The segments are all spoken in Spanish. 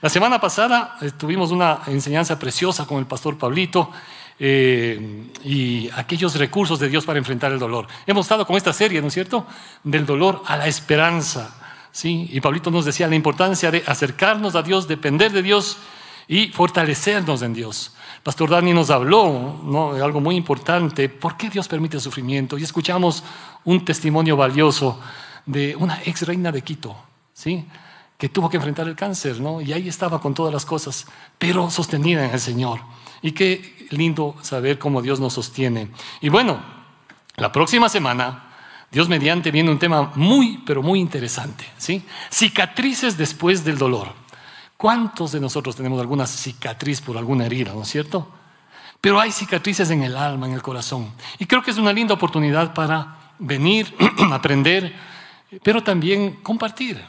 La semana pasada tuvimos una enseñanza preciosa con el pastor Pablito y aquellos recursos de Dios para enfrentar el dolor. Hemos estado con esta serie, ¿no es cierto?, del dolor a la esperanza, ¿sí? Y Pablito nos decía la importancia de acercarnos a Dios, depender de Dios y fortalecernos en Dios. Pastor Dani nos habló, ¿no?, de algo muy importante: ¿por qué Dios permite el sufrimiento? Y escuchamos un testimonio valioso de una ex reina de Quito, ¿sí?, que tuvo que enfrentar el cáncer, ¿no? Y ahí estaba con todas las cosas, pero sostenida en el Señor. Y qué lindo saber cómo Dios nos sostiene. Y bueno, la próxima semana, Dios mediante, viene un tema muy, pero muy interesante, ¿sí? Cicatrices después del dolor. ¿Cuántos de nosotros tenemos alguna cicatriz por alguna herida, no es cierto? Pero hay cicatrices en el alma, en el corazón. Y creo que es una linda oportunidad para venir, aprender, pero también compartir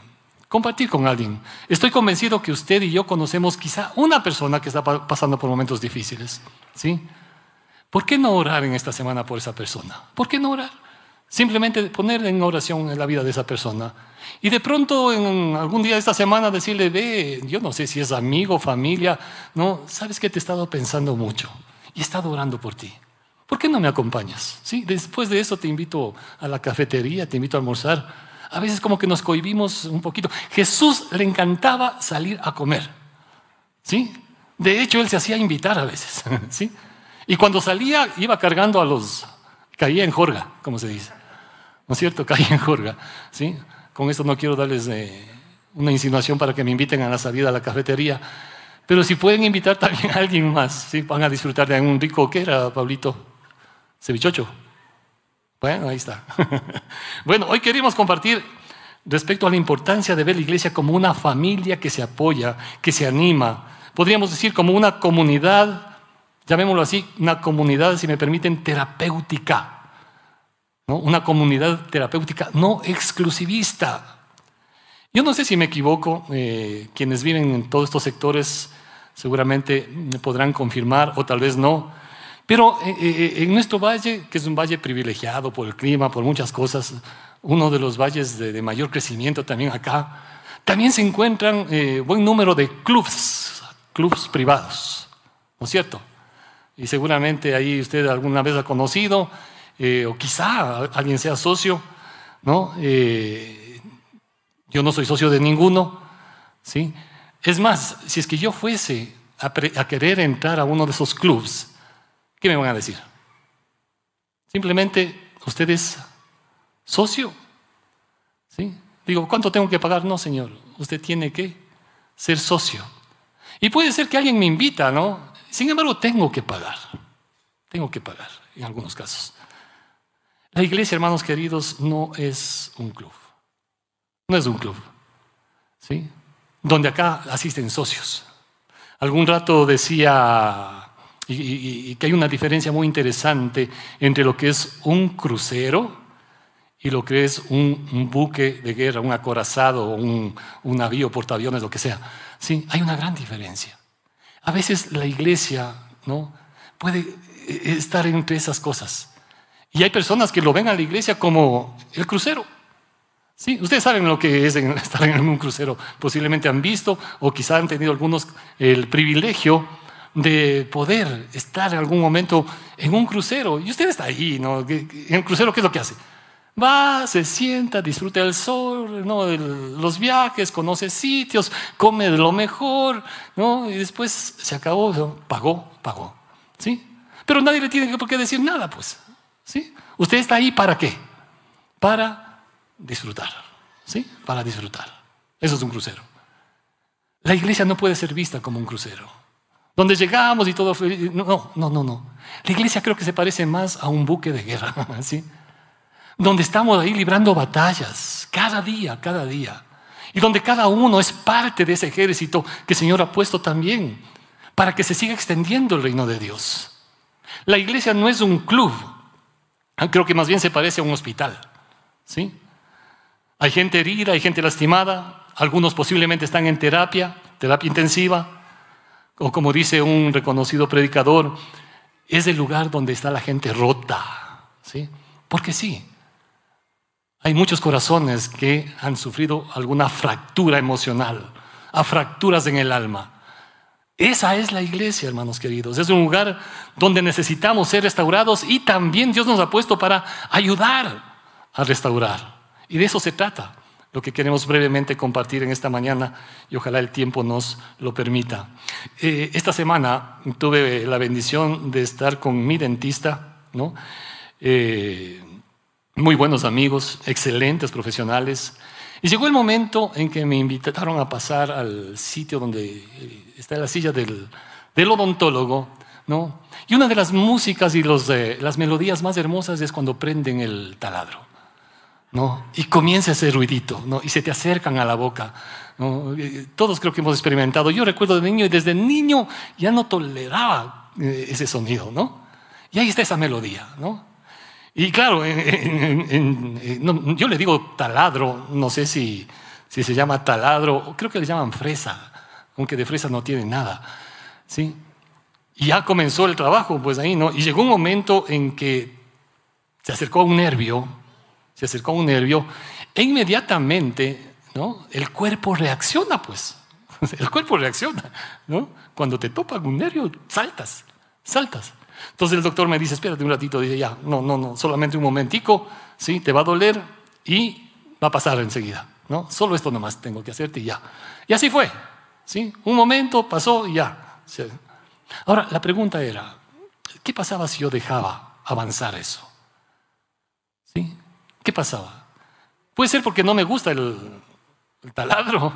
con alguien. Estoy convencido que usted y yo conocemos quizá una persona que está pasando por momentos difíciles, ¿sí? ¿Por qué no orar en esta semana por esa persona? ¿Por qué no orar? Simplemente poner en oración en la vida de esa persona. Y de pronto en algún día de esta semana decirle: ve, yo no sé si es amigo, familia, no, sabes que te he estado pensando mucho y he estado orando por ti. ¿Por qué no me acompañas? ¿Sí? Después de eso te invito a la cafetería, te invito a almorzar. A veces como que nos cohibimos un poquito. Jesús le encantaba salir a comer, ¿sí? De hecho, él se hacía invitar a veces, ¿sí? Y cuando salía iba cargando a los... caía en jorga, como se dice, ¿no es cierto? Caía en jorga, ¿sí? Con esto no quiero darles una insinuación para que me inviten a la salida a la cafetería, pero si pueden invitar también a alguien más, ¿sí? Van a disfrutar de un rico... ¿qué era, Pablito? ¿Cevichocho? Bueno, ahí está. Bueno, hoy queremos compartir respecto a la importancia de ver la iglesia como una familia que se apoya, que se anima. Podríamos decir como una comunidad, llamémoslo así, una comunidad, si me permiten, terapéutica, ¿no? Una comunidad terapéutica no exclusivista. Yo no sé si me equivoco, quienes viven en todos estos sectores seguramente me podrán confirmar o tal vez no. Pero en nuestro valle, que es un valle privilegiado por el clima, por muchas cosas, uno de los valles de mayor crecimiento también acá, también se encuentran buen número de clubs privados, ¿no es cierto? Y seguramente ahí usted alguna vez ha conocido, o quizá alguien sea socio, ¿no? Yo no soy socio de ninguno, ¿sí? Es más, si es que yo fuese a querer entrar a uno de esos clubs, ¿qué me van a decir? Simplemente, usted es socio, ¿sí? Digo, ¿cuánto tengo que pagar? No, señor, usted tiene que ser socio. Y puede ser que alguien me invita, ¿no? Sin embargo, tengo que pagar en algunos casos. La iglesia, hermanos queridos, no es un club. No es un club, ¿sí? Donde acá asisten socios. Algún rato decía... Y que hay una diferencia muy interesante entre lo que es un crucero y lo que es un buque de guerra, un acorazado, un navío, portaaviones, lo que sea. Sí, hay una gran diferencia. A veces la iglesia, ¿no?, puede estar entre esas cosas. Y hay personas que lo ven a la iglesia como el crucero. Sí, ustedes saben lo que es estar en un crucero. Posiblemente han visto o quizá han tenido algunos el privilegio de poder estar en algún momento en un crucero. Y usted está ahí, ¿no? En el crucero, ¿qué es lo que hace? Va, se sienta, disfruta del sol, ¿no?, de los viajes, conoce sitios, come de lo mejor, ¿no? Y después se acabó, ¿no? Pagó, ¿sí? Pero nadie le tiene por qué decir nada, pues, ¿sí? Usted está ahí ¿para qué? Para disfrutar, ¿sí? Para disfrutar. Eso es un crucero. La iglesia no puede ser vista como un crucero, donde llegamos y todo feliz. No. La iglesia creo que se parece más a un buque de guerra, ¿sí? Donde estamos ahí librando batallas cada día, y donde cada uno es parte de ese ejército que el Señor ha puesto también para que se siga extendiendo el reino de Dios. La iglesia no es un club, creo que más bien se parece a un hospital, ¿sí? Hay gente herida, hay gente lastimada, algunos posiblemente están en terapia intensiva, o como dice un reconocido predicador, es el lugar donde está la gente rota, ¿sí? Porque sí, hay muchos corazones que han sufrido alguna fractura emocional, a fracturas en el alma. Esa es la iglesia, hermanos queridos. Es un lugar donde necesitamos ser restaurados y también Dios nos ha puesto para ayudar a restaurar. Y de eso se trata, lo que queremos brevemente compartir en esta mañana y ojalá el tiempo nos lo permita. Esta semana tuve la bendición de estar con mi dentista, ¿no? Muy buenos amigos, excelentes profesionales. Y llegó el momento en que me invitaron a pasar al sitio donde está la silla del odontólogo, ¿no? Y una de las músicas y las melodías más hermosas es cuando prenden el taladro, ¿no? Y comienza ese ruidito, ¿no? Y se te acercan a la boca, ¿no? Todos creo que hemos experimentado. Yo recuerdo de niño y desde niño ya no toleraba ese sonido, ¿no? Y ahí está esa melodía, ¿no? Y claro, yo le digo taladro, no sé si se llama taladro, creo que le llaman fresa, aunque de fresa no tiene nada, ¿sí? Y ya comenzó el trabajo, pues ahí, ¿no? Y llegó un momento en que se acercó un nervio, e inmediatamente, ¿no? El cuerpo reacciona, pues. El cuerpo reacciona, ¿no? Cuando te topa un nervio, saltas. Entonces el doctor me dice, espérate un ratito, dice, ya, no, solamente un momentico, ¿sí? Te va a doler y va a pasar enseguida, ¿no? Solo esto nomás tengo que hacerte y ya. Y así fue, ¿sí? Un momento pasó y ya. Ahora, la pregunta era, ¿qué pasaba si yo dejaba avanzar eso? ¿Sí? ¿Qué pasaba? Puede ser porque no me gusta el taladro,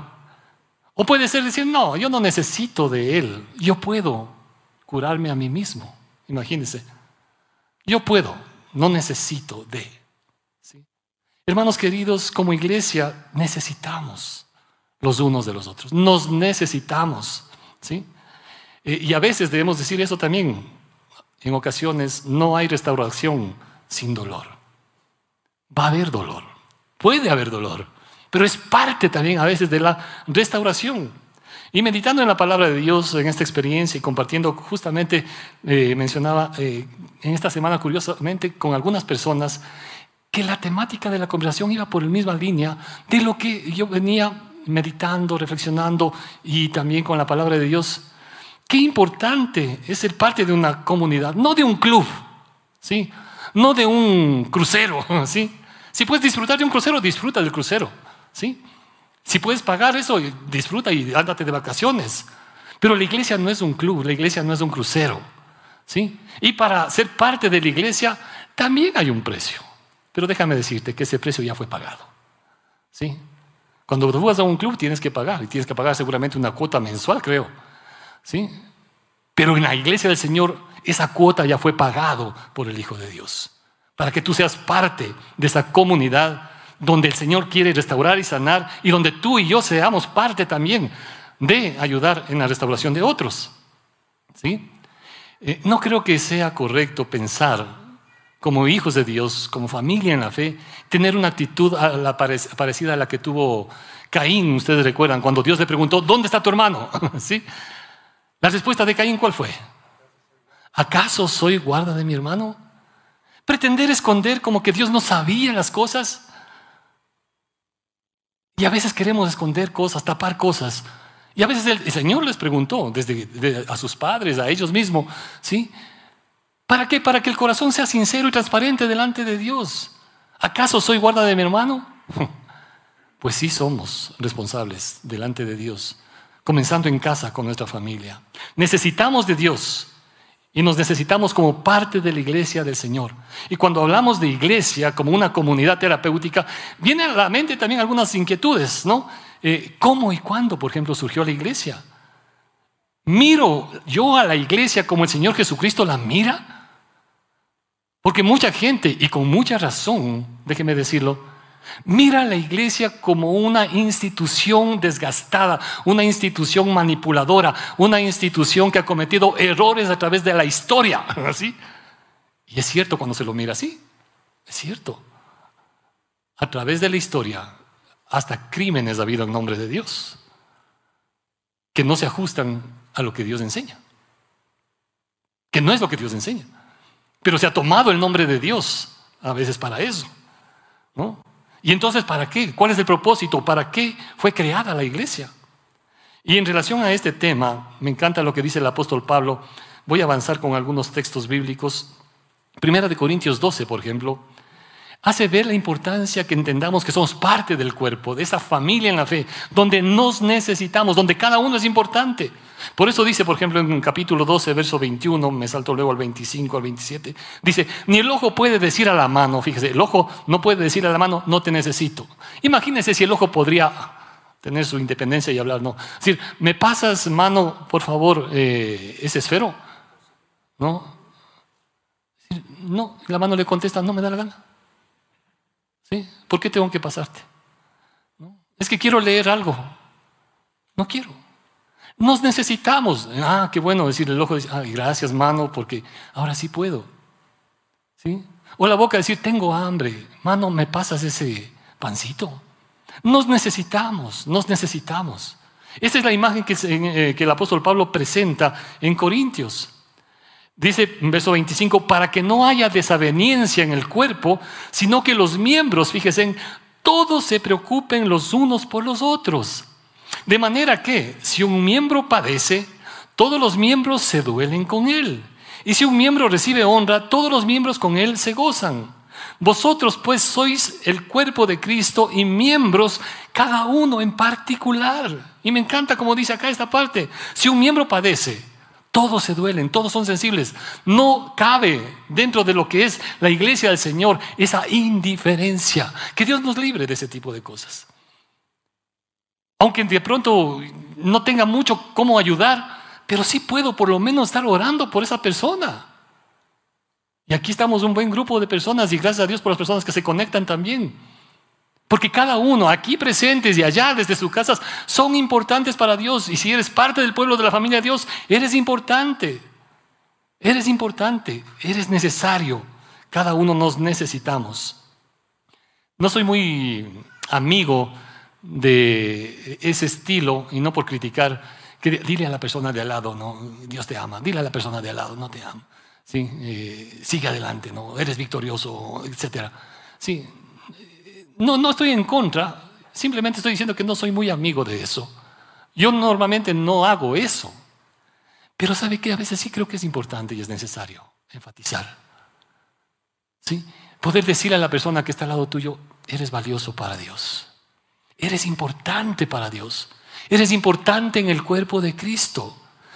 o puede ser decir, no, yo no necesito de él, yo puedo curarme a mí mismo. Imagínense, yo puedo, no necesito de. ¿Sí? Hermanos queridos, como iglesia necesitamos los unos de los otros, nos necesitamos, ¿sí? Y a veces debemos decir eso también, en ocasiones no hay restauración sin dolor. Va a haber dolor, puede haber dolor, pero es parte también a veces de la restauración. Y meditando en la palabra de Dios en esta experiencia y compartiendo justamente, mencionaba en esta semana curiosamente con algunas personas que la temática de la conversación iba por la misma línea de lo que yo venía meditando, reflexionando y también con la palabra de Dios. Qué importante es ser parte de una comunidad, no de un club, ¿sí? No de un crucero, ¿sí? Si puedes disfrutar de un crucero, disfruta del crucero, ¿sí? Si puedes pagar eso, disfruta y ándate de vacaciones. Pero la iglesia no es un club, la iglesia no es un crucero, ¿sí? Y para ser parte de la iglesia también hay un precio. Pero déjame decirte que ese precio ya fue pagado, ¿sí? Cuando tú vas a un club tienes que pagar, y tienes que pagar seguramente una cuota mensual, creo, ¿sí? Pero en la iglesia del Señor esa cuota ya fue pagado por el Hijo de Dios, para que tú seas parte de esa comunidad donde el Señor quiere restaurar y sanar y donde tú y yo seamos parte también de ayudar en la restauración de otros, ¿sí? No creo que sea correcto pensar como hijos de Dios, como familia en la fe, tener una actitud parecida a la que tuvo Caín. Ustedes recuerdan cuando Dios le preguntó, ¿dónde está tu hermano? ¿Sí? La respuesta de Caín, ¿cuál fue? ¿Acaso soy guarda de mi hermano? Pretender esconder como que Dios no sabía las cosas. Y a veces queremos esconder cosas, tapar cosas. Y a veces el Señor les preguntó a sus padres, a ellos mismos, ¿sí? ¿Para qué? Para que el corazón sea sincero y transparente delante de Dios. ¿Acaso soy guarda de mi hermano? Pues sí somos responsables delante de Dios, comenzando en casa con nuestra familia. Necesitamos de Dios y nos necesitamos como parte de la iglesia del Señor. Y cuando hablamos de iglesia como una comunidad terapéutica, vienen a la mente también algunas inquietudes, ¿no? ¿Cómo y cuándo, por ejemplo, surgió la iglesia? ¿Miro yo a la iglesia como el Señor Jesucristo la mira? Porque mucha gente, y con mucha razón, déjeme decirlo, mira a la iglesia como una institución desgastada, una institución manipuladora, una institución que ha cometido errores a través de la historia, ¿sí? Y es cierto cuando se lo mira así, es cierto. A través de la historia, hasta crímenes ha habido en nombre de Dios, que no se ajustan a lo que Dios enseña, que no es lo que Dios enseña, pero se ha tomado el nombre de Dios a veces para eso, ¿no? Y entonces, ¿para qué? ¿Cuál es el propósito? ¿Para qué fue creada la iglesia? Y en relación a este tema, me encanta lo que dice el apóstol Pablo. Voy a avanzar con algunos textos bíblicos. Primera de Corintios 12, por ejemplo, hace ver la importancia que entendamos que somos parte del cuerpo, de esa familia en la fe, donde nos necesitamos, donde cada uno es importante. Por eso dice, por ejemplo, en capítulo 12, verso 21, me salto luego al 25, al 27, dice, ni el ojo puede decir a la mano, fíjese, el ojo no puede decir a la mano, no te necesito. Imagínense si el ojo podría tener su independencia y hablar, no. Es decir, ¿me pasas, mano, por favor, ese esfero? No. No, la mano le contesta, no me da la gana. ¿Sí? ¿Por qué tengo que pasarte? ¿No? Es que quiero leer algo. No quiero. Nos necesitamos. Ah, qué bueno decir el ojo, ay, gracias, mano, porque ahora sí puedo. ¿Sí? O la boca decir, tengo hambre. Mano, ¿me pasas ese pancito? Nos necesitamos, nos necesitamos. Esa es la imagen que el apóstol Pablo presenta en Corintios. Dice en verso 25, para que no haya desaveniencia en el cuerpo, sino que los miembros, fíjense, todos se preocupen los unos por los otros. De manera que, si un miembro padece, todos los miembros se duelen con él. Y si un miembro recibe honra, todos los miembros con él se gozan. Vosotros pues sois el cuerpo de Cristo y miembros cada uno en particular. Y me encanta como dice acá esta parte. Si un miembro padece, todos se duelen, todos son sensibles. No cabe dentro de lo que es la iglesia del Señor esa indiferencia. Que Dios nos libre de ese tipo de cosas. Aunque de pronto no tenga mucho cómo ayudar, pero sí puedo por lo menos estar orando por esa persona. Y aquí estamos un buen grupo de personas y gracias a Dios por las personas que se conectan también. Porque cada uno aquí presentes y allá desde sus casas son importantes para Dios. Y si eres parte del pueblo de la familia de Dios, eres importante. Eres importante, eres necesario. Cada uno nos necesitamos. No soy muy amigo de ese estilo, y no por criticar, que dile a la persona de al lado, no, Dios te ama. Dile a la persona de al lado, no te amo. Sí, sigue adelante, no, eres victorioso, etcétera. Sí, no estoy en contra, simplemente estoy diciendo que no soy muy amigo de eso. Yo normalmente no hago eso, pero sabe que a veces sí creo que es importante y es necesario enfatizar. ¿Sí? Poder decirle a la persona que está al lado tuyo, eres valioso para Dios, eres importante para Dios, eres importante en el cuerpo de Cristo.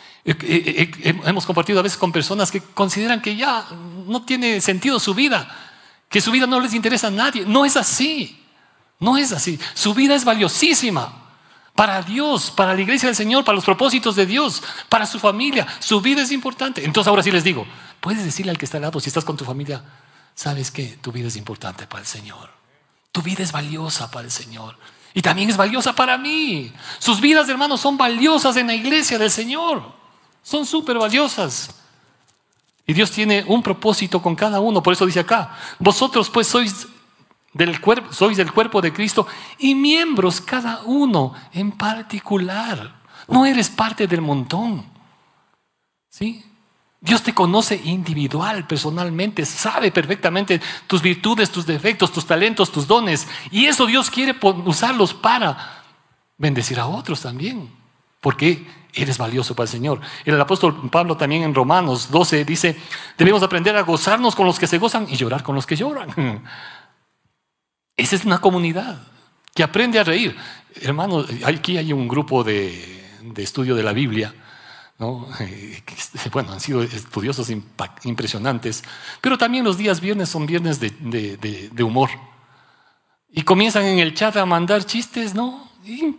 Hemos compartido a veces con personas que consideran que ya no tiene sentido su vida, que su vida no les interesa a nadie. No es así, no es así. Su vida es valiosísima para Dios, para la iglesia del Señor, para los propósitos de Dios, para su familia. Su vida es importante. Entonces ahora sí les digo, puedes decirle al que está al lado, si estás con tu familia, ¿sabes qué? Tu vida es importante para el Señor. Tu vida es valiosa para el Señor. Y también es valiosa para mí. Sus vidas, hermanos, son valiosas en la iglesia del Señor. Son súper valiosas. Y Dios tiene un propósito con cada uno. Por eso dice acá, vosotros pues sois del cuerpo de Cristo y miembros cada uno en particular. No eres parte del montón. ¿Sí? Dios te conoce individual, personalmente, sabe perfectamente tus virtudes, tus defectos, tus talentos, tus dones. Y eso Dios quiere usarlos para bendecir a otros también. Porque eres valioso para el Señor. El apóstol Pablo también en Romanos 12 dice, debemos aprender a gozarnos con los que se gozan y llorar con los que lloran. Esa es una comunidad que aprende a reír. Hermanos, aquí hay un grupo de estudio de la Biblia, ¿no? Bueno, han sido estudiosos impresionantes, pero también los días viernes son viernes de humor. Y comienzan en el chat a mandar chistes, ¿no?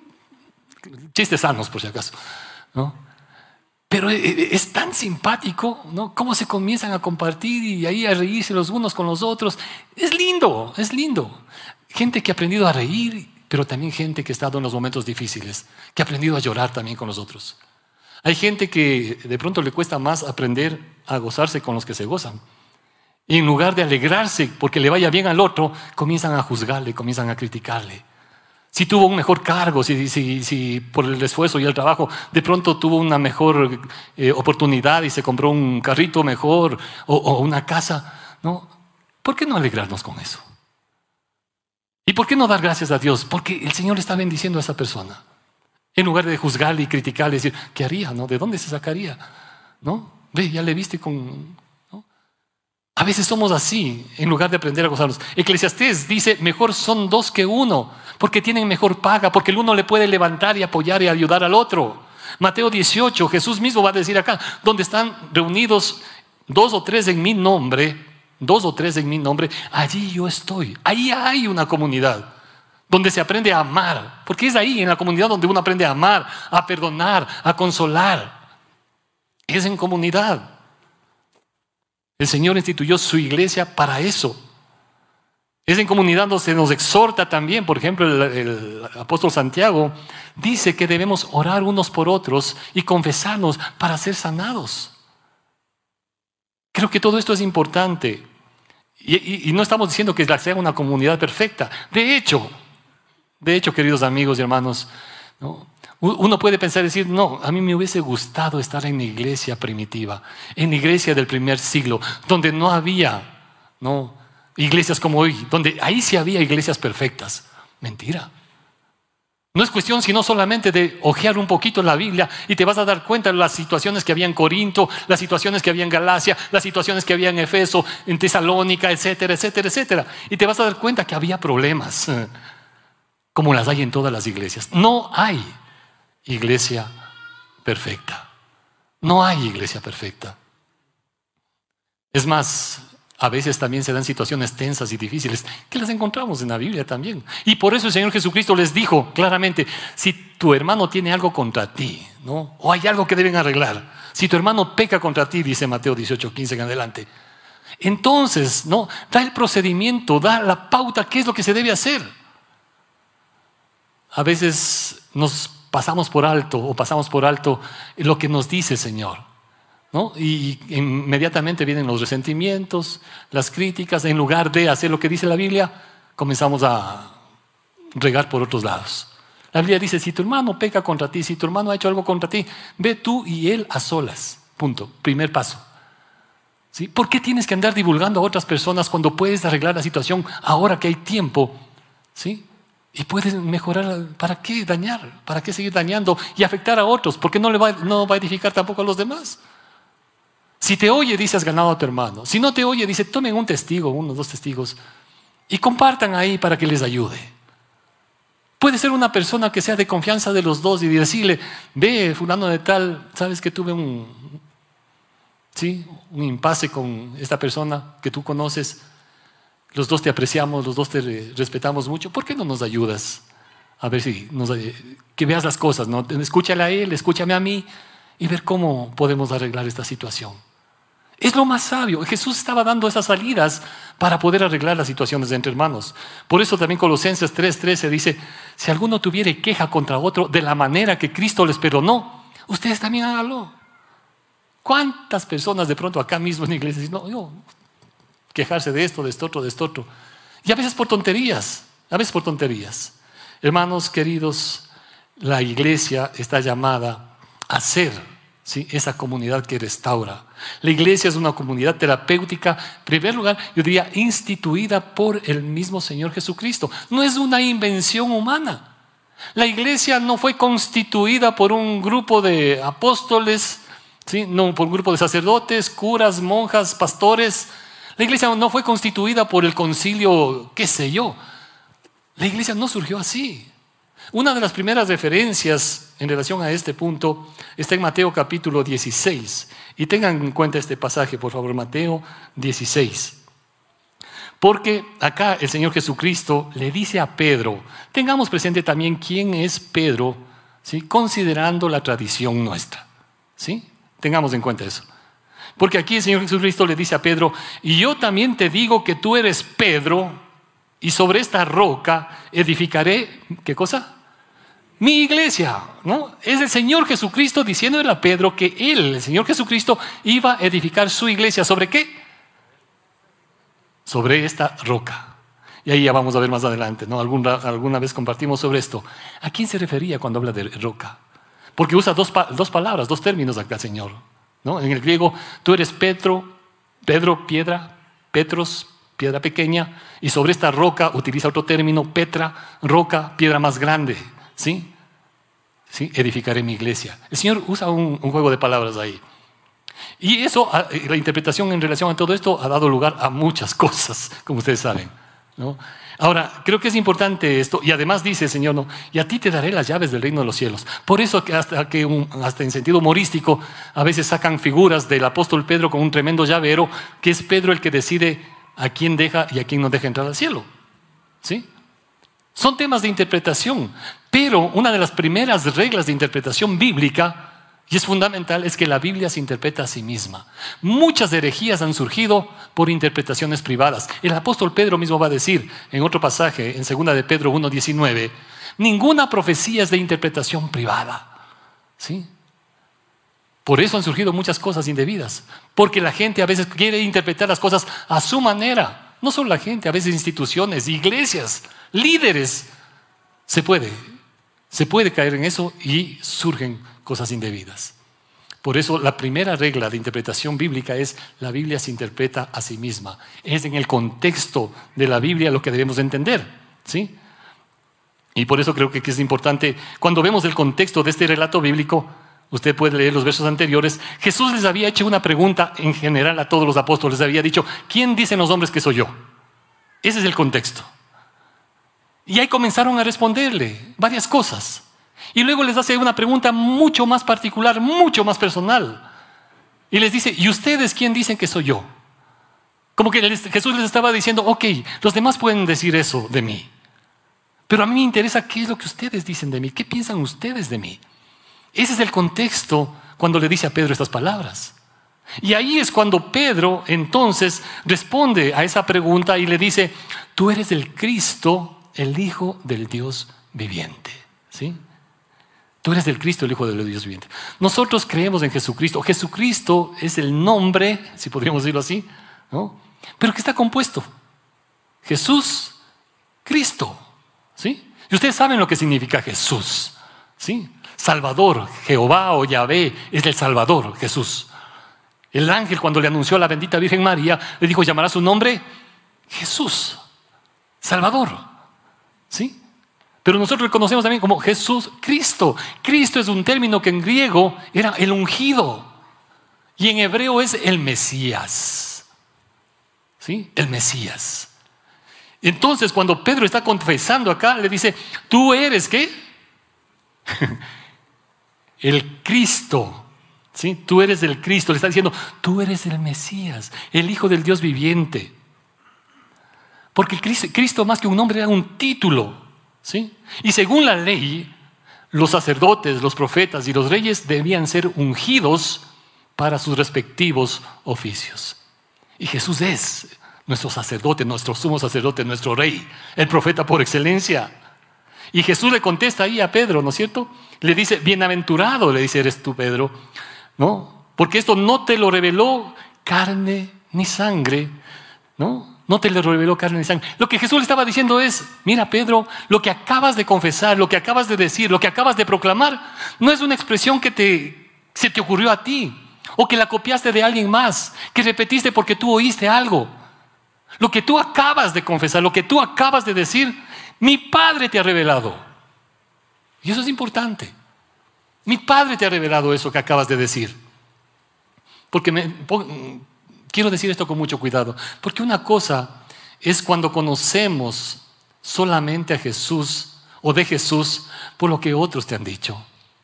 Chistes sanos, por si acaso, ¿no? Pero es tan simpático, ¿no? Cómo se comienzan a compartir y ahí a reírse los unos con los otros. Es lindo, es lindo. Gente que ha aprendido a reír, pero también gente que ha estado en los momentos difíciles, que ha aprendido a llorar también con los otros. Hay gente que de pronto le cuesta más aprender a gozarse con los que se gozan. Y en lugar de alegrarse porque le vaya bien al otro, comienzan a juzgarle, comienzan a criticarle. Si tuvo un mejor cargo, si por el esfuerzo y el trabajo de pronto tuvo una mejor oportunidad y se compró un carrito mejor o una casa, ¿no? ¿Por qué no alegrarnos con eso? ¿Y por qué no dar gracias a Dios? Porque el Señor está bendiciendo a esa persona. En lugar de juzgarle y criticarle y decir, ¿qué haría? ¿No? ¿De dónde se sacaría? ¿No? Ve, ya le viste con... ¿no? A veces somos así, en lugar de aprender a gozarnos. Eclesiastés dice, mejor son dos que uno, porque tienen mejor paga, porque el uno le puede levantar y apoyar y ayudar al otro. Mateo 18, Jesús mismo va a decir acá, donde están reunidos dos o tres en mi nombre, allí yo estoy. Ahí hay una comunidad donde se aprende a amar, porque es ahí en la comunidad donde uno aprende a amar, a perdonar, a consolar. Es en comunidad. El Señor instituyó su iglesia para eso. Es en comunidad donde se nos exhorta también. Por ejemplo, el apóstol Santiago dice que debemos orar unos por otros y confesarnos para ser sanados. Creo que todo esto es importante. Y no estamos diciendo que sea una comunidad perfecta. De hecho, queridos amigos y hermanos, ¿no? Uno puede pensar y decir, no, a mí me hubiese gustado estar en la iglesia primitiva, en la iglesia del primer siglo, donde no había, ¿no?, iglesias como hoy, donde ahí sí había iglesias perfectas. Mentira. No es cuestión sino solamente de ojear un poquito la Biblia y te vas a dar cuenta de las situaciones que había en Corinto, las situaciones que había en Galacia, las situaciones que había en Efeso, en Tesalónica, etcétera, etcétera, etcétera. Y te vas a dar cuenta que había problemas, como las hay en todas las iglesias. No hay iglesia perfecta. No hay iglesia perfecta. Es más, a veces también se dan situaciones tensas y difíciles que las encontramos en la Biblia también. Y por eso el Señor Jesucristo les dijo claramente, si tu hermano tiene algo contra ti, ¿no?, o hay algo que deben arreglar, si tu hermano peca contra ti, dice Mateo 18:15 en adelante, entonces, ¿no?, da el procedimiento, da la pauta, qué es lo que se debe hacer. A veces nos pasamos por alto lo que nos dice el Señor, ¿no? Y inmediatamente vienen los resentimientos, las críticas. En lugar de hacer lo que dice la Biblia, comenzamos a regar por otros lados. La Biblia dice, si tu hermano peca contra ti, si tu hermano ha hecho algo contra ti, ve tú y él a solas. Punto. Primer paso. ¿Sí? ¿Por qué tienes que andar divulgando a otras personas cuando puedes arreglar la situación ahora que hay tiempo? ¿Sí? Y puedes mejorar. ¿Para qué dañar? ¿Para qué seguir dañando y afectar a otros? Porque no va a edificar tampoco a los demás. Si te oye, dice, has ganado a tu hermano. Si no te oye, dice, tomen un testigo, 1 o 2 testigos, y compartan ahí para que les ayude. Puede ser una persona que sea de confianza de los dos y decirle, ve, fulano de tal, sabes que tuve un impasse con esta persona que tú conoces. Los dos te apreciamos, los dos te respetamos mucho. ¿Por qué no nos ayudas? A ver si que veas las cosas, ¿no? Escúchale a él, escúchame a mí y ver cómo podemos arreglar esta situación. Es lo más sabio. Jesús estaba dando esas salidas para poder arreglar las situaciones entre hermanos. Por eso también Colosenses 3:13 dice, si alguno tuviere queja contra otro de la manera que Cristo les perdonó, ustedes también háganlo. ¿Cuántas personas de pronto acá mismo en la iglesia dicen, no, quejarse de esto, de esto otro? Y a veces por tonterías, Hermanos queridos, la iglesia está llamada a ser, ¿sí?, esa comunidad que restaura. La iglesia es una comunidad terapéutica, en primer lugar, yo diría, instituida por el mismo Señor Jesucristo. No es una invención humana. La iglesia no fue constituida por un grupo de apóstoles, ¿sí?, no por un grupo de sacerdotes, curas, monjas, pastores. La iglesia no fue constituida por el concilio, qué sé yo. La iglesia no surgió así. Una de las primeras referencias en relación a este punto está en Mateo capítulo 16. Y tengan en cuenta este pasaje, por favor, Mateo 16. Porque acá el Señor Jesucristo le dice a Pedro, tengamos presente también quién es Pedro, ¿sí?, considerando la tradición nuestra, ¿sí? Tengamos en cuenta eso. Porque aquí el Señor Jesucristo le dice a Pedro, y yo también te digo que tú eres Pedro, y sobre esta roca edificaré, ¿qué cosa? Mi iglesia, ¿no? Es el Señor Jesucristo diciéndole a Pedro que él, el Señor Jesucristo, iba a edificar su iglesia. ¿Sobre qué? Sobre esta roca. Y ahí ya vamos a ver más adelante, ¿no? Alguna vez compartimos sobre esto. ¿A quién se refería cuando habla de roca? Porque usa dos palabras, dos términos acá, Señor, ¿no? En el griego, tú eres Pedro, piedra, Petros, piedra pequeña, y sobre esta roca utiliza otro término, Petra, roca, piedra más grande, ¿sí? ¿sí? Edificaré mi iglesia. El Señor usa un juego de palabras ahí. Y eso, la interpretación en relación a todo esto ha dado lugar a muchas cosas, como ustedes saben, ¿no? Ahora, creo que es importante esto, y además dice el Señor, ¿no? Y a ti te daré las llaves del reino de los cielos. Por eso hasta en sentido humorístico a veces sacan figuras del apóstol Pedro con un tremendo llavero, que es Pedro el que decide a quién deja y a quién no deja entrar al cielo, ¿sí? Son temas de interpretación, pero una de las primeras reglas de interpretación bíblica, y es fundamental, es que la Biblia se interpreta a sí misma. Muchas herejías han surgido por interpretaciones privadas. El apóstol Pedro mismo va a decir en otro pasaje, en 2 de Pedro 1:19, ninguna profecía es de interpretación privada, ¿sí? Por eso han surgido muchas cosas indebidas, porque la gente a veces quiere interpretar las cosas a su manera. No solo la gente, a veces instituciones, iglesias, líderes. Se puede caer en eso y surgen cosas indebidas. Por eso la primera regla de interpretación bíblica es: la Biblia se interpreta a sí misma. Es en el contexto de la Biblia lo que debemos entender, ¿sí? Y por eso creo que es importante, cuando vemos el contexto de este relato bíblico, usted puede leer los versos anteriores. Jesús les había hecho una pregunta en general a todos los apóstoles. Les había dicho: ¿quién dicen los hombres que soy yo? Ese es el contexto. Y ahí comenzaron a responderle varias cosas. Y luego les hace una pregunta mucho más particular, mucho más personal. Y les dice: ¿y ustedes quién dicen que soy yo? Como que Jesús les estaba diciendo: ok, los demás pueden decir eso de mí, pero a mí me interesa qué es lo que ustedes dicen de mí, qué piensan ustedes de mí. Ese es el contexto cuando le dice a Pedro estas palabras. Y ahí es cuando Pedro entonces responde a esa pregunta y le dice: tú eres el Cristo, el Hijo del Dios viviente, ¿sí? Tú eres el Cristo, el Hijo del Dios viviente. Nosotros creemos en Jesucristo. Jesucristo es el nombre, si podríamos decirlo así, ¿no? Pero que está compuesto: Jesús, Cristo, ¿sí? Y ustedes saben lo que significa Jesús, ¿sí? Salvador, Jehová o Yahvé es el Salvador, Jesús. El ángel, cuando le anunció a la bendita Virgen María, le dijo: llamará su nombre Jesús, Salvador, ¿sí? Pero nosotros reconocemos también como Jesús, Cristo. Cristo es un término que en griego era el ungido y en hebreo es el Mesías, ¿sí? El Mesías. Entonces, cuando Pedro está confesando acá, le dice: ¿tú eres qué? El Cristo, ¿sí? Tú eres el Cristo. Le está diciendo: tú eres el Mesías, el Hijo del Dios viviente. Porque el Cristo, más que un nombre, era un título, ¿sí? Y según la ley, los sacerdotes, los profetas y los reyes debían ser ungidos para sus respectivos oficios. Y Jesús es nuestro sacerdote, nuestro sumo sacerdote, nuestro rey, el profeta por excelencia. Y Jesús le contesta ahí a Pedro, ¿no es cierto? Le dice: bienaventurado, le dice, eres tú, Pedro, ¿no? Porque esto no te lo reveló carne ni sangre, ¿no? No te lo reveló carne ni sangre. Lo que Jesús le estaba diciendo es: mira, Pedro, lo que acabas de confesar, lo que acabas de decir, lo que acabas de proclamar, no es una expresión que se te ocurrió a ti, o que la copiaste de alguien más, que repetiste porque tú oíste algo. Lo que tú acabas de confesar, lo que tú acabas de decir, mi Padre te ha revelado. Y eso es importante. Mi Padre te ha revelado eso que acabas de decir. Porque quiero decir esto con mucho cuidado, porque una cosa es cuando conocemos solamente a Jesús o de Jesús por lo que otros te han dicho.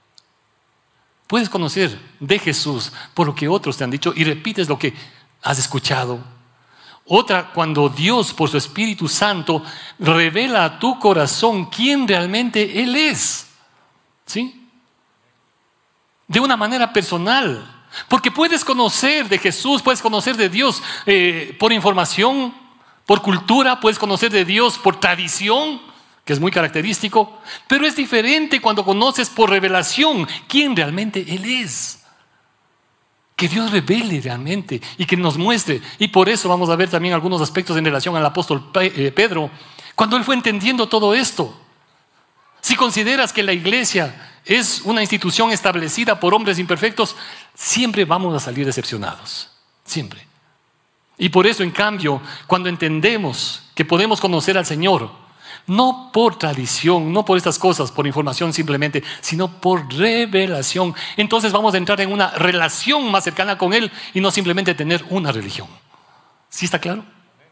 Puedes conocer de Jesús por lo que otros te han dicho y repites lo que has escuchado. Otra, cuando Dios por su Espíritu Santo revela a tu corazón quién realmente Él es, ¿sí? De una manera personal. Porque puedes conocer de Jesús, puedes conocer de Dios por información, por cultura, puedes conocer de Dios por tradición, que es muy característico, pero es diferente cuando conoces por revelación quién realmente Él es. Que Dios revele realmente y que nos muestre. Y por eso vamos a ver también algunos aspectos en relación al apóstol Pedro, cuando él fue entendiendo todo esto. Si consideras que la iglesia es una institución establecida por hombres imperfectos, siempre vamos a salir decepcionados, siempre. Y por eso, en cambio, cuando entendemos que podemos conocer al Señor No por tradición, no por estas cosas, por información simplemente, sino por revelación. Entonces vamos a entrar en una relación más cercana con Él y no simplemente tener una religión. ¿Sí está claro?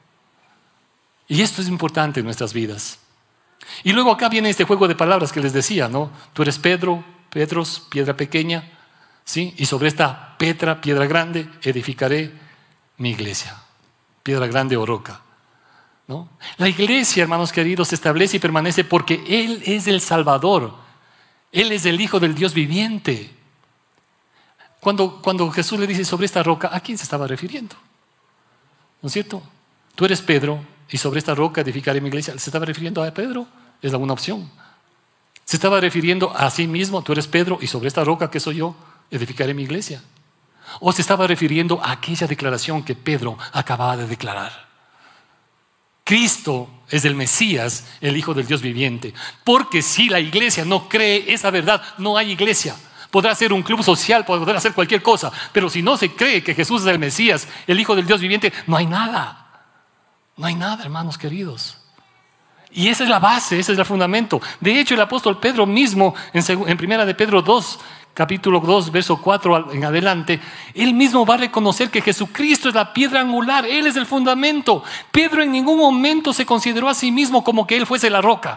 Y esto es importante en nuestras vidas. Y luego acá viene este juego de palabras que les decía, ¿no? Tú eres Pedro, Petros, piedra pequeña, ¿sí? Y sobre esta Petra, piedra grande, edificaré mi iglesia. Piedra grande o roca, ¿no? La iglesia, hermanos queridos, se establece y permanece porque Él es el Salvador. Él es el Hijo del Dios viviente. Cuando Jesús le dice sobre esta roca, ¿a quién se estaba refiriendo? ¿No es cierto? Tú eres Pedro y sobre esta roca edificaré mi iglesia. ¿Se estaba refiriendo a Pedro? Es una opción. Se estaba refiriendo a sí mismo, tú eres Pedro y sobre esta roca que soy yo, edificaré mi iglesia. O se estaba refiriendo a aquella declaración que Pedro acababa de declarar. Cristo es el Mesías, el Hijo del Dios viviente. Porque si la iglesia no cree esa verdad, no hay iglesia. Podrá ser un club social, podrá hacer cualquier cosa, pero si no se cree que Jesús es el Mesías, el Hijo del Dios viviente, no hay nada. No hay nada, hermanos queridos. Y esa es la base, ese es el fundamento. De hecho, el apóstol Pedro mismo, en primera de Pedro 2, capítulo 2, verso 4 en adelante, él mismo va a reconocer que Jesucristo es la piedra angular, Él es el fundamento. Pedro en ningún momento se consideró a sí mismo como que Él fuese la roca.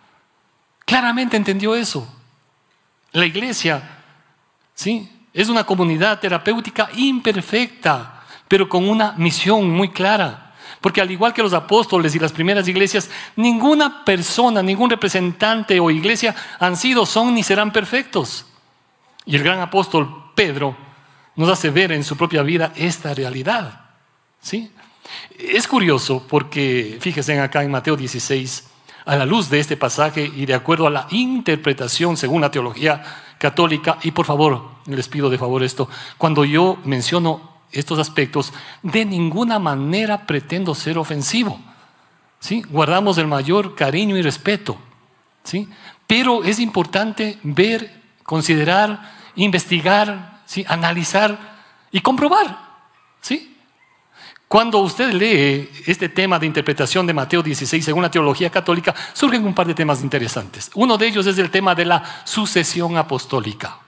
Claramente entendió eso. La iglesia, ¿sí?, es una comunidad terapéutica imperfecta, pero con una misión muy clara. Porque al igual que los apóstoles y las primeras iglesias, ninguna persona, ningún representante o iglesia han sido, son ni serán perfectos. Y el gran apóstol Pedro nos hace ver en su propia vida esta realidad, ¿sí? Es curioso porque, fíjense acá en Mateo 16, a la luz de este pasaje y de acuerdo a la interpretación según la teología católica, y por favor, les pido de favor esto, cuando yo menciono estos aspectos, de ninguna manera pretendo ser ofensivo, ¿sí? Guardamos el mayor cariño y respeto, ¿sí? Pero es importante ver, considerar, investigar, ¿sí?, analizar y comprobar, ¿sí? Cuando usted lee este tema de interpretación de Mateo 16 según la teología católica, surgen un par de temas interesantes. Uno de ellos es el tema de la sucesión apostólica.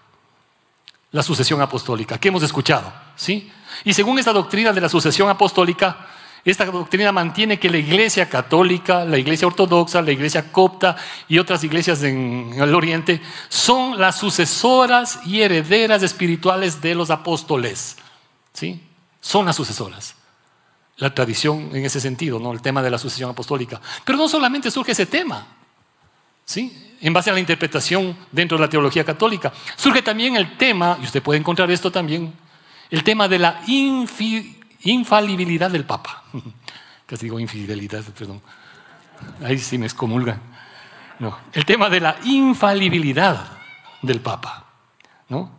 La sucesión apostólica, que hemos escuchado, ¿sí? Y según esta doctrina de la sucesión apostólica, esta doctrina mantiene que la iglesia católica, la iglesia ortodoxa, la iglesia copta y otras iglesias en el oriente son las sucesoras y herederas espirituales de los apóstoles, ¿sí? Son las sucesoras. La tradición en ese sentido, ¿no? El tema de la sucesión apostólica. Pero no solamente surge ese tema, ¿sí?, en base a la interpretación dentro de la teología católica. Surge también el tema, y usted puede encontrar esto también, el tema de la infalibilidad del Papa. Casi digo infidelidad, perdón. Ahí sí me excomulgan. No, el tema de la infalibilidad del Papa, ¿no?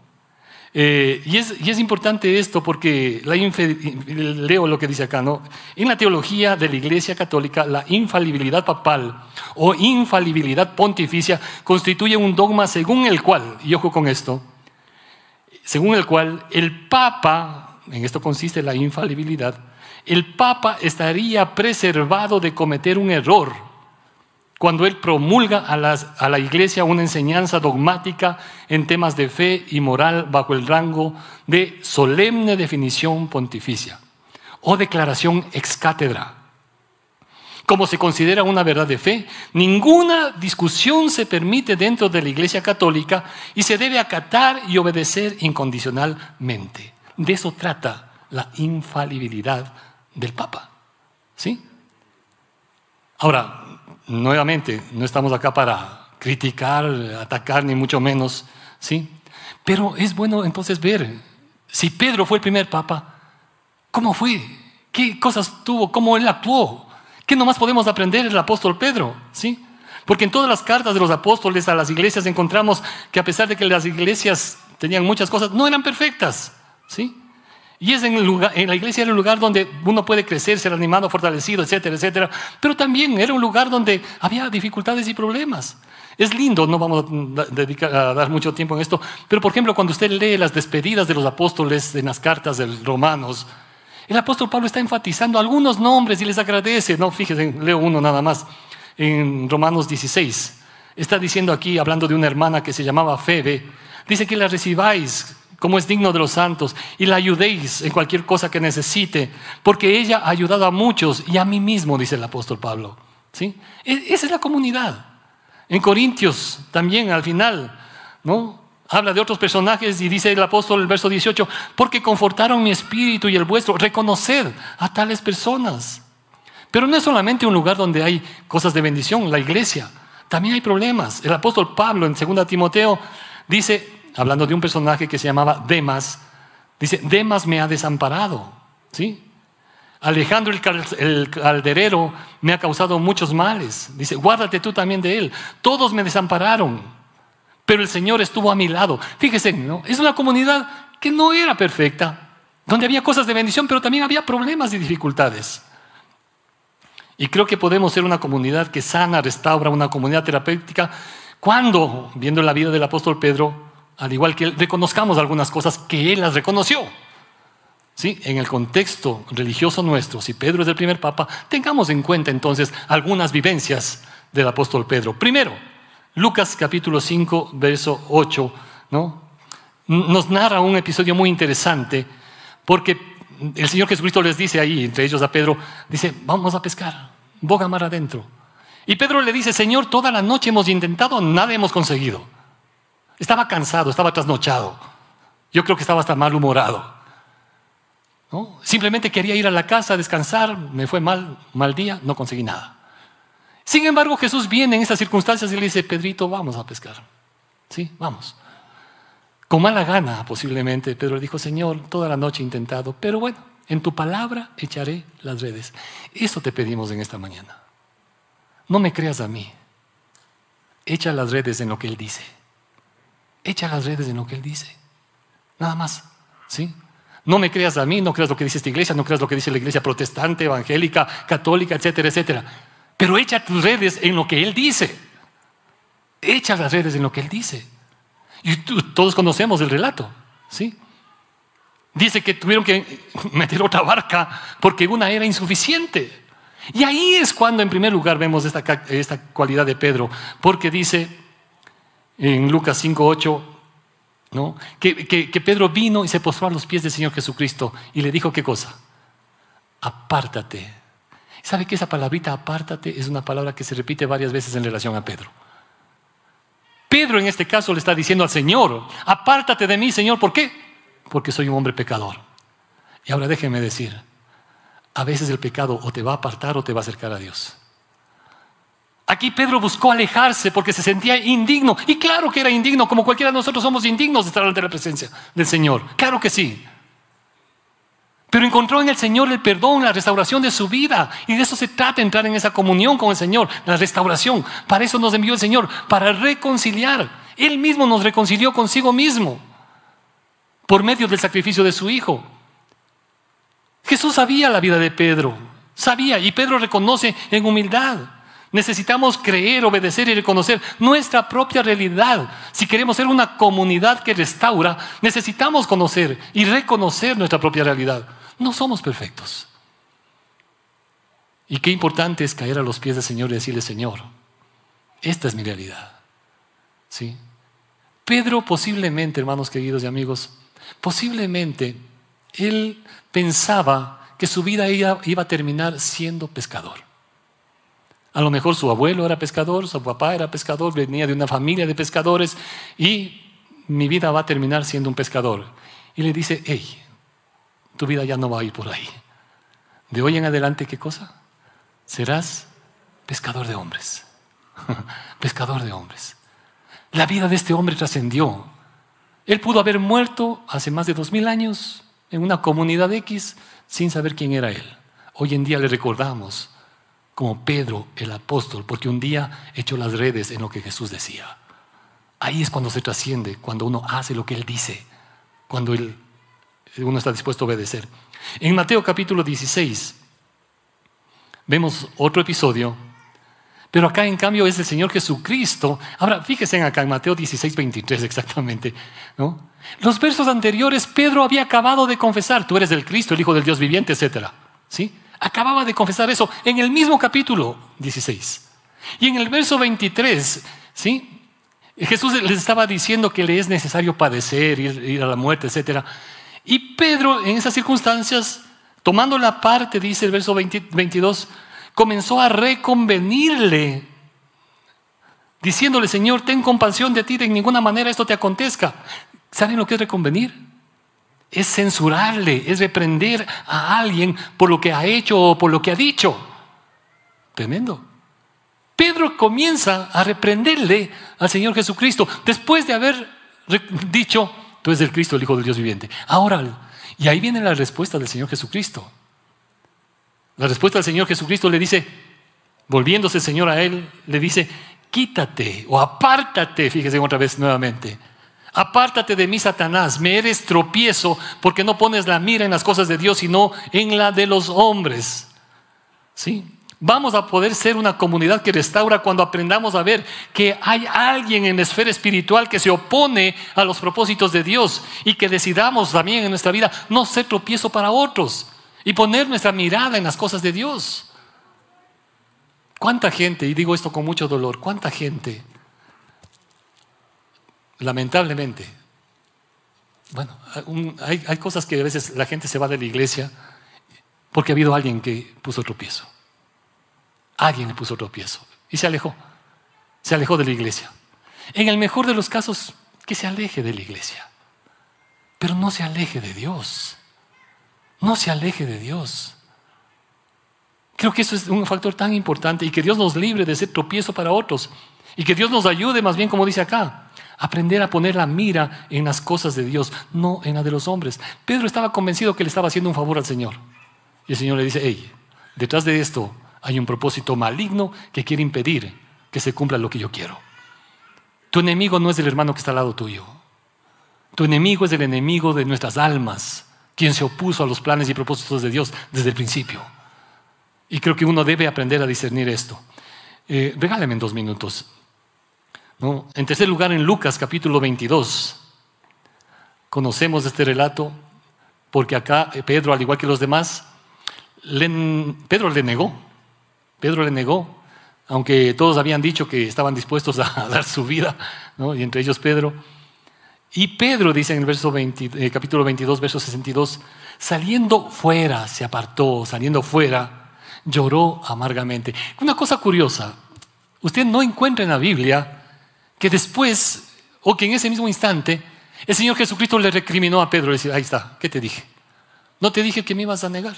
Y es importante esto porque leo lo que dice acá, ¿no? En la teología de la Iglesia Católica, la infalibilidad papal o infalibilidad pontificia constituye un dogma según el cual, y ojo con esto, según el cual el Papa, en esto consiste la infalibilidad, el Papa estaría preservado de cometer un error cuando él promulga a la iglesia una enseñanza dogmática en temas de fe y moral bajo el rango de solemne definición pontificia o declaración ex cátedra. Como se considera una verdad de fe, ninguna discusión se permite dentro de la Iglesia Católica y se debe acatar y obedecer incondicionalmente. De eso trata la infalibilidad del Papa, ¿sí? Ahora, nuevamente, no estamos acá para criticar, atacar, ni mucho menos, ¿sí? Pero es bueno entonces ver, si Pedro fue el primer papa, ¿cómo fue? ¿Qué cosas tuvo? ¿Cómo él actuó? ¿Qué nomás podemos aprender del apóstol Pedro? ¿Sí? Porque en todas las cartas de los apóstoles a las iglesias encontramos que a pesar de que las iglesias tenían muchas cosas, no eran perfectas, ¿sí? Y es en la iglesia era un lugar donde uno puede crecer, ser animado, fortalecido, etcétera, etcétera. Pero también era un lugar donde había dificultades y problemas. Es lindo, no vamos a dar mucho tiempo en esto, pero por ejemplo, cuando usted lee las despedidas de los apóstoles en las cartas de los Romanos, el apóstol Pablo está enfatizando algunos nombres y les agradece. No, fíjense, leo uno nada más. en Romanos 16. Está diciendo aquí, hablando de una hermana que se llamaba Febe, dice que la recibáis como es digno de los santos y la ayudéis en cualquier cosa que necesite, porque ella ha ayudado a muchos y a mí mismo, dice el apóstol Pablo. ¿Sí? Esa es la comunidad. En Corintios también al final, ¿no?, habla de otros personajes y dice el apóstol en el verso 18, porque confortaron mi espíritu y el vuestro, reconoced a tales personas. Pero no es solamente un lugar donde hay cosas de bendición, la iglesia, también hay problemas. El apóstol Pablo en 2 Timoteo dice, hablando de un personaje que se llamaba Demas, dice, Demas me ha desamparado, ¿sí? Alejandro el calderero me ha causado muchos males. Dice, guárdate tú también de él. Todos me desampararon, pero el Señor estuvo a mi lado. Fíjese, ¿no?, es una comunidad que no era perfecta, donde había cosas de bendición, pero también había problemas y dificultades. Y creo que podemos ser una comunidad que sana, restaura, una comunidad terapéutica, cuando, viendo la vida del apóstol Pedro, al igual que él, reconozcamos algunas cosas que él las reconoció. ¿Sí? En el contexto religioso nuestro, si Pedro es el primer papa, tengamos en cuenta entonces algunas vivencias del apóstol Pedro. Primero, Lucas capítulo 5, verso 8, ¿no?, nos narra un episodio muy interesante, porque el Señor Jesucristo les dice ahí, entre ellos a Pedro, dice, vamos a pescar, boga mar adentro. Y Pedro le dice, Señor, toda la noche hemos intentado, nada hemos conseguido. Estaba cansado, estaba trasnochado. Yo creo que estaba hasta malhumorado, ¿no? Simplemente quería ir a la casa a descansar, me fue mal día, no conseguí nada. Sin embargo, Jesús viene en esas circunstancias y le dice, Pedrito, vamos a pescar. Sí, vamos. Con mala gana, posiblemente, Pedro le dijo, Señor, toda la noche he intentado, pero bueno, en tu palabra echaré las redes. Eso te pedimos en esta mañana. No me creas a mí. Echa las redes en lo que Él dice. Echa las redes en lo que Él dice. Nada más, ¿sí? No me creas a mí, no creas lo que dice esta iglesia, no creas lo que dice la iglesia protestante, evangélica, católica, etcétera, etcétera. Pero echa tus redes en lo que Él dice. Echa las redes en lo que Él dice. Y todos conocemos el relato, ¿sí? Dice que tuvieron que meter otra barca porque una era insuficiente. Y ahí es cuando en primer lugar vemos esta cualidad de Pedro, porque dice en Lucas 5:8, ¿no?, que Pedro vino y se postró a los pies del Señor Jesucristo y le dijo, ¿qué cosa? Apártate. ¿Sabe que esa palabrita apártate es una palabra que se repite varias veces en relación a Pedro? Pedro en este caso le está diciendo al Señor, apártate de mí, Señor. ¿Por qué? Porque soy un hombre pecador. Y ahora déjeme decir, a veces el pecado o te va a apartar o te va a acercar a Dios. Aquí Pedro buscó alejarse porque se sentía indigno. Y claro que era indigno, como cualquiera de nosotros somos indignos de estar ante la presencia del Señor. Claro que sí. Pero encontró en el Señor el perdón, la restauración de su vida. Y de eso se trata, entrar en esa comunión con el Señor, la restauración. Para eso nos envió el Señor, para reconciliar. Él mismo nos reconcilió consigo mismo por medio del sacrificio de su Hijo. Jesús sabía la vida de Pedro, sabía, y Pedro reconoce en humildad. Necesitamos creer, obedecer y reconocer nuestra propia realidad. Si queremos ser una comunidad que restaura, necesitamos conocer y reconocer nuestra propia realidad. No somos perfectos. Y qué importante es caer a los pies del Señor y decirle, Señor, esta es mi realidad. ¿Sí? Pedro posiblemente, hermanos queridos y amigos, posiblemente él pensaba que su vida iba a terminar siendo pescador. A lo mejor su abuelo era pescador, su papá era pescador, venía de una familia de pescadores y mi vida va a terminar siendo un pescador. Y le dice, hey, tu vida ya no va a ir por ahí. De hoy en adelante, ¿qué cosa? Serás pescador de hombres. Pescador de hombres. La vida de este hombre trascendió. Él pudo haber muerto hace más de 2000 años en una comunidad X sin saber quién era él. Hoy en día le recordamos como Pedro el apóstol, porque un día echó las redes en lo que Jesús decía. Ahí es cuando se trasciende, cuando uno hace lo que Él dice, cuando uno está dispuesto a obedecer. En Mateo capítulo 16 vemos otro episodio, pero acá en cambio es el Señor Jesucristo. Ahora fíjense acá en Mateo 16:23 exactamente, ¿no? Los versos anteriores Pedro había acabado de confesar, tú eres el Cristo, el Hijo del Dios viviente, etc. ¿Sí? Acababa de confesar eso en el mismo capítulo 16. Y en el verso 23, ¿sí?, Jesús les estaba diciendo que le es necesario padecer, ir a la muerte, etc. Y Pedro, en esas circunstancias, tomando la parte, dice el verso 22, comenzó a reconvenirle, diciéndole: Señor, ten compasión de ti, de ninguna manera esto te acontezca. ¿Saben lo que es reconvenir? Es censurarle, es reprender a alguien por lo que ha hecho o por lo que ha dicho. Tremendo. Pedro comienza a reprenderle al Señor Jesucristo después de haber dicho: tú eres el Cristo, el Hijo del Dios viviente. Ahora, y ahí viene la respuesta del Señor Jesucristo. La respuesta del Señor Jesucristo le dice, volviéndose el Señor a él, le dice: quítate o apártate, fíjese otra vez nuevamente. Apártate de mí, Satanás, me eres tropiezo porque no pones la mira en las cosas de Dios, sino en la de los hombres. ¿Sí? Vamos a poder ser una comunidad que restaura cuando aprendamos a ver que hay alguien en la esfera espiritual que se opone a los propósitos de Dios, y que decidamos también en nuestra vida no ser tropiezo para otros y poner nuestra mirada en las cosas de Dios. ¿Cuánta gente, y digo esto con mucho dolor, cuánta gente, lamentablemente, bueno, hay cosas que a veces la gente se va de la iglesia porque ha habido alguien que puso tropiezo? Alguien le puso tropiezo y se alejó de la iglesia. En el mejor de los casos, que se aleje de la iglesia, pero no se aleje de Dios. No se aleje de Dios. Creo que eso es un factor tan importante, y que Dios nos libre de ser tropiezo para otros, y que Dios nos ayude, más bien, como dice acá, a aprender a poner la mira en las cosas de Dios, no en la de los hombres. Pedro estaba convencido que le estaba haciendo un favor al Señor, y el Señor le dice: hey, detrás de esto hay un propósito maligno que quiere impedir que se cumpla lo que yo quiero. Tu enemigo no es el hermano que está al lado tuyo. Tu enemigo es el enemigo de nuestras almas, quien se opuso a los planes y propósitos de Dios desde el principio. Y creo que uno debe aprender a discernir esto. Regáleme 2 minutos. ¿No? En tercer lugar, en Lucas capítulo 22. Conocemos este relato porque acá Pedro, al igual que los demás, Pedro le negó, aunque todos habían dicho que estaban dispuestos a dar su vida, ¿no? Y entre ellos Pedro. Y Pedro, dice en el verso capítulo 22, verso 62, saliendo fuera, se apartó, saliendo fuera, lloró amargamente. Una cosa curiosa, usted no encuentra en la Biblia que después, o que en ese mismo instante, el Señor Jesucristo le recriminó a Pedro, decir: ahí está, ¿qué te dije? ¿No te dije que me ibas a negar?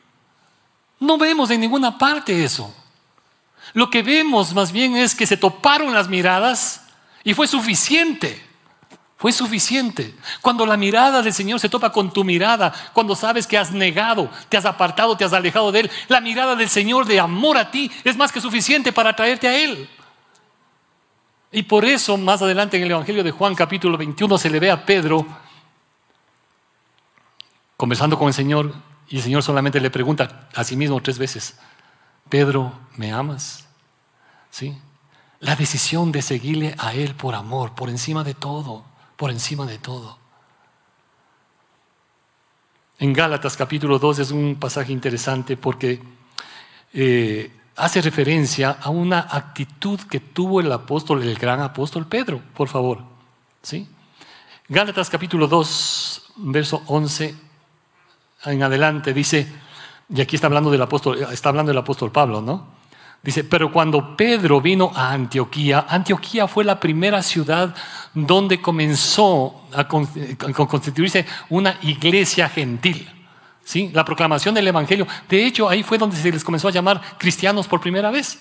No vemos en ninguna parte eso. Lo que vemos más bien es que se toparon las miradas y fue suficiente. Fue suficiente. Cuando la mirada del Señor se topa con tu mirada, cuando sabes que has negado, te has apartado, te has alejado de Él, la mirada del Señor de amor a ti es más que suficiente para traerte a Él. Y por eso más adelante en el Evangelio de Juan capítulo 21 se le ve a Pedro conversando con el Señor, y el Señor solamente le pregunta a sí mismo 3 veces: Pedro, ¿me amas? ¿Sí? La decisión de seguirle a Él por amor, por encima de todo, por encima de todo. En Gálatas capítulo 2 es un pasaje interesante porque hace referencia a una actitud que tuvo el gran apóstol Pedro, por favor. ¿Sí? Gálatas capítulo 2, verso 11 en adelante dice, y aquí está hablando del apóstol Pablo, ¿no? Dice: pero cuando Pedro vino a Antioquía fue la primera ciudad donde comenzó a constituirse una iglesia gentil. ¿Sí? La proclamación del Evangelio. De hecho, ahí fue donde se les comenzó a llamar cristianos por primera vez.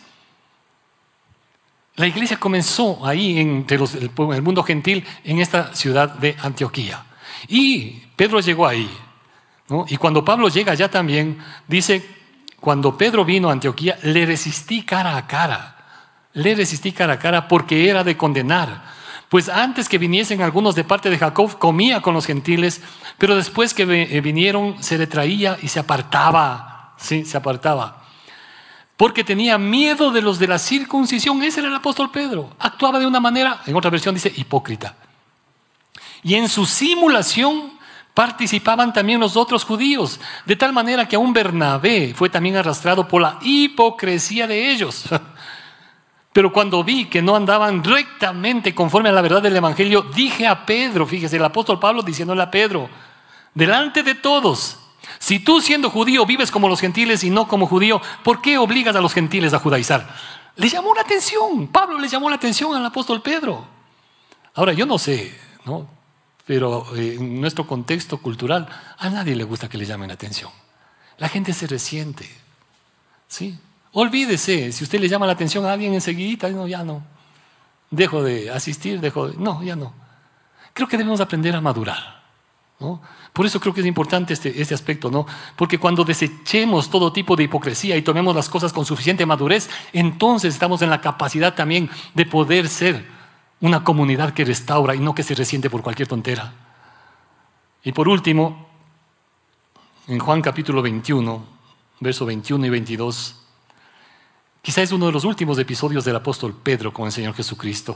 La iglesia comenzó ahí entre el mundo gentil, en esta ciudad de Antioquía. Y Pedro llegó ahí, ¿no? Y cuando Pablo llega allá también, dice: cuando Pedro vino a Antioquía, le resistí cara a cara. Le resistí cara a cara porque era de condenar. Pues antes que viniesen algunos de parte de Jacob, comía con los gentiles, pero después que vinieron, se retraía y se apartaba. Sí, se apartaba. Porque tenía miedo de los de la circuncisión. Ese era el apóstol Pedro. Actuaba de una manera, en otra versión dice, hipócrita. Y en su simulación participaban también los otros judíos, de tal manera que aún Bernabé fue también arrastrado por la hipocresía de ellos. Pero cuando vi que no andaban rectamente conforme a la verdad del Evangelio, dije a Pedro, fíjese, el apóstol Pablo diciéndole a Pedro, delante de todos, si tú siendo judío vives como los gentiles y no como judío, ¿por qué obligas a los gentiles a judaizar? Le llamó la atención, Pablo le llamó la atención al apóstol Pedro. Ahora, yo no sé, ¿no? Pero en nuestro contexto cultural, a nadie le gusta que le llamen la atención. La gente se resiente, ¿sí? Olvídese, si usted le llama la atención a alguien enseguida, no, ya no. Dejo de asistir, no, ya no. Creo que debemos aprender a madurar, ¿no? Por eso creo que es importante este aspecto, ¿no? Porque cuando desechemos todo tipo de hipocresía y tomemos las cosas con suficiente madurez, entonces estamos en la capacidad también de poder ser una comunidad que restaura y no que se resiente por cualquier tontera. Y por último, en Juan capítulo 21, verso 21 y 22, quizá es uno de los últimos episodios del apóstol Pedro con el Señor Jesucristo.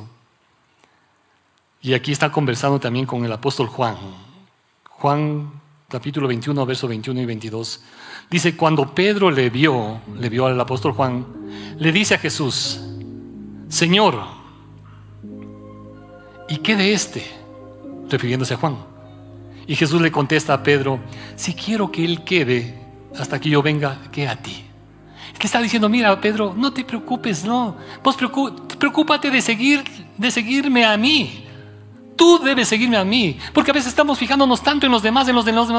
Y aquí está conversando también con el apóstol Juan. Juan capítulo 21, verso 21 y 22. Dice, cuando Pedro le vio al apóstol Juan, le dice a Jesús, Señor, ¿y qué de este? Refiriéndose a Juan. Y Jesús le contesta a Pedro, si quiero que él quede hasta que yo venga, ¿qué a ti? Le está diciendo, mira Pedro, no te preocupes, no. Vos preocúpate de seguirme a mí. Tú debes seguirme a mí. Porque a veces estamos fijándonos tanto en los demás.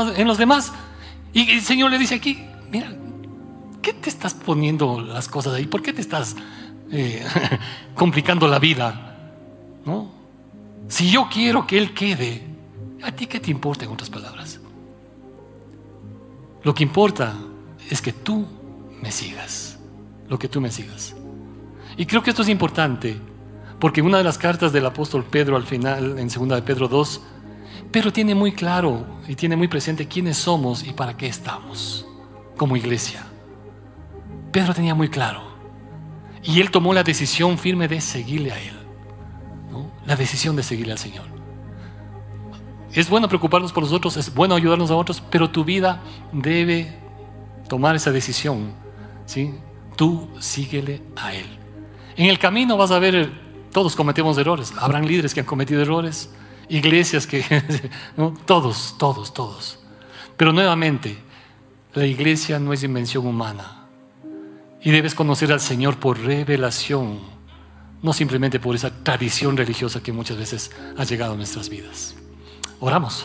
Y el Señor le dice aquí, mira, ¿qué te estás poniendo las cosas ahí? ¿Por qué te estás complicando la vida? ¿No? Si yo quiero que Él quede, ¿a ti qué te importa, en otras palabras? Lo que importa es que tú me sigas, lo que tú me sigas. Y creo que esto es importante, porque en una de las cartas del apóstol Pedro al final, en 2 de Pedro 2, Pedro tiene muy claro y tiene muy presente quiénes somos y para qué estamos como iglesia. Pedro tenía muy claro, y él tomó la decisión firme de seguirle a Él, ¿no? La decisión de seguirle al Señor. Es bueno preocuparnos por nosotros, es bueno ayudarnos a otros, pero tu vida debe tomar esa decisión, ¿sí? Tú síguele a Él. En el camino vas a ver, todos cometemos errores. Habrán líderes que han cometido errores, iglesias que, ¿no? Todos. Pero nuevamente, la iglesia no es invención humana. Y debes conocer al Señor por revelación, no simplemente por esa tradición religiosa que muchas veces ha llegado a nuestras vidas. Oramos.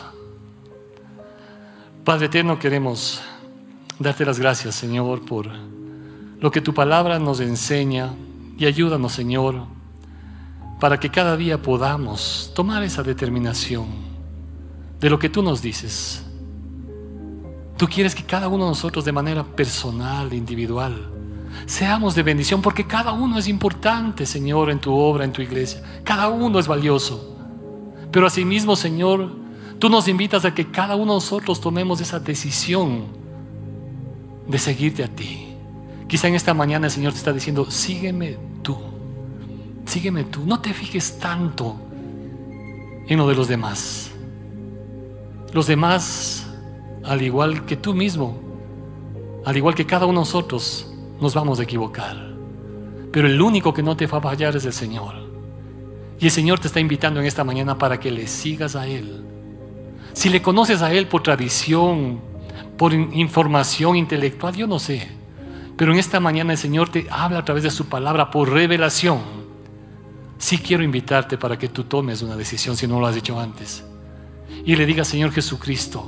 Padre eterno, queremos darte las gracias, Señor, por lo que tu palabra nos enseña, y ayúdanos, Señor, para que cada día podamos tomar esa determinación de lo que tú nos dices. Tú quieres que cada uno de nosotros, de manera personal, individual, seamos de bendición, porque cada uno es importante, Señor, en tu obra, en tu iglesia. Cada uno es valioso. Pero asimismo, Señor, tú nos invitas a que cada uno de nosotros tomemos esa decisión de seguirte a ti. Quizá en esta mañana el Señor te está diciendo, sígueme tú, no te fijes tanto en lo de los demás. Los demás, al igual que tú mismo, al igual que cada uno de nosotros, nos vamos a equivocar, pero el único que no te va a fallar es el Señor. Y el Señor te está invitando en esta mañana para que le sigas a Él. Si le conoces a Él por tradición, por información intelectual, yo no sé, pero en esta mañana el Señor te habla a través de su palabra por revelación. Sí quiero invitarte para que tú tomes una decisión, si no lo has hecho antes, y le digas, Señor Jesucristo,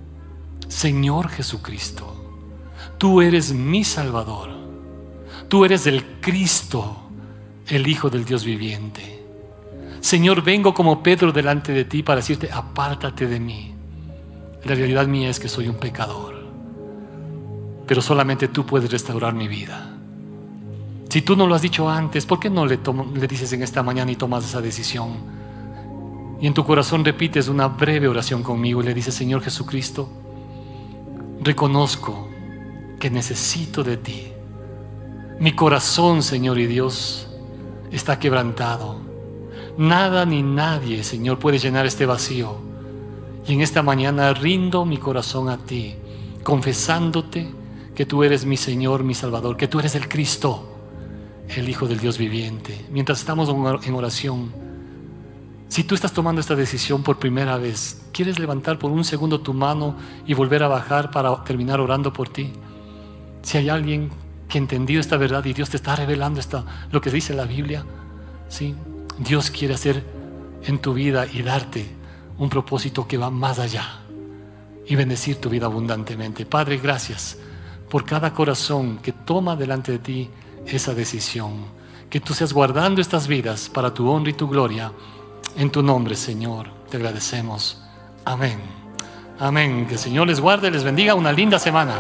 tú eres mi Salvador, tú eres el Cristo, el Hijo del Dios viviente. Señor, vengo como Pedro delante de ti para decirte, apártate de mí. La realidad mía es que soy un pecador, pero solamente tú puedes restaurar mi vida. Si tú no lo has dicho antes, ¿por qué no le dices en esta mañana y tomas esa decisión? Y en tu corazón repites una breve oración conmigo y le dices, Señor Jesucristo, reconozco que necesito de ti. Mi corazón, Señor y Dios, está quebrantado. Nada ni nadie, Señor, puede llenar este vacío. Y en esta mañana rindo mi corazón a ti, confesándote que tú eres mi Señor, mi Salvador, que tú eres el Cristo, el Hijo del Dios viviente. Mientras estamos en oración, si tú estás tomando esta decisión por primera vez, ¿quieres levantar por un segundo tu mano y volver a bajar para terminar orando por ti? Si hay alguien que ha entendido esta verdad y Dios te está revelando lo que dice la Biblia, ¿sí? Dios quiere hacer en tu vida y darte un propósito que va más allá y bendecir tu vida abundantemente. Padre, gracias por cada corazón que toma delante de ti esa decisión. Que tú seas guardando estas vidas para tu honra y tu gloria. En tu nombre, Señor, te agradecemos. Amén. Amén. Que el Señor les guarde y les bendiga. Una linda semana.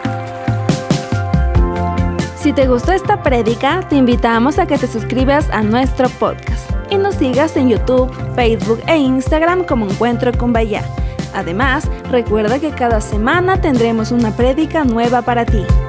Si te gustó esta prédica, te invitamos a que te suscribas a nuestro podcast y nos sigas en YouTube, Facebook e Instagram como Encuentro Cumbayá. Además, recuerda que cada semana tendremos una prédica nueva para ti.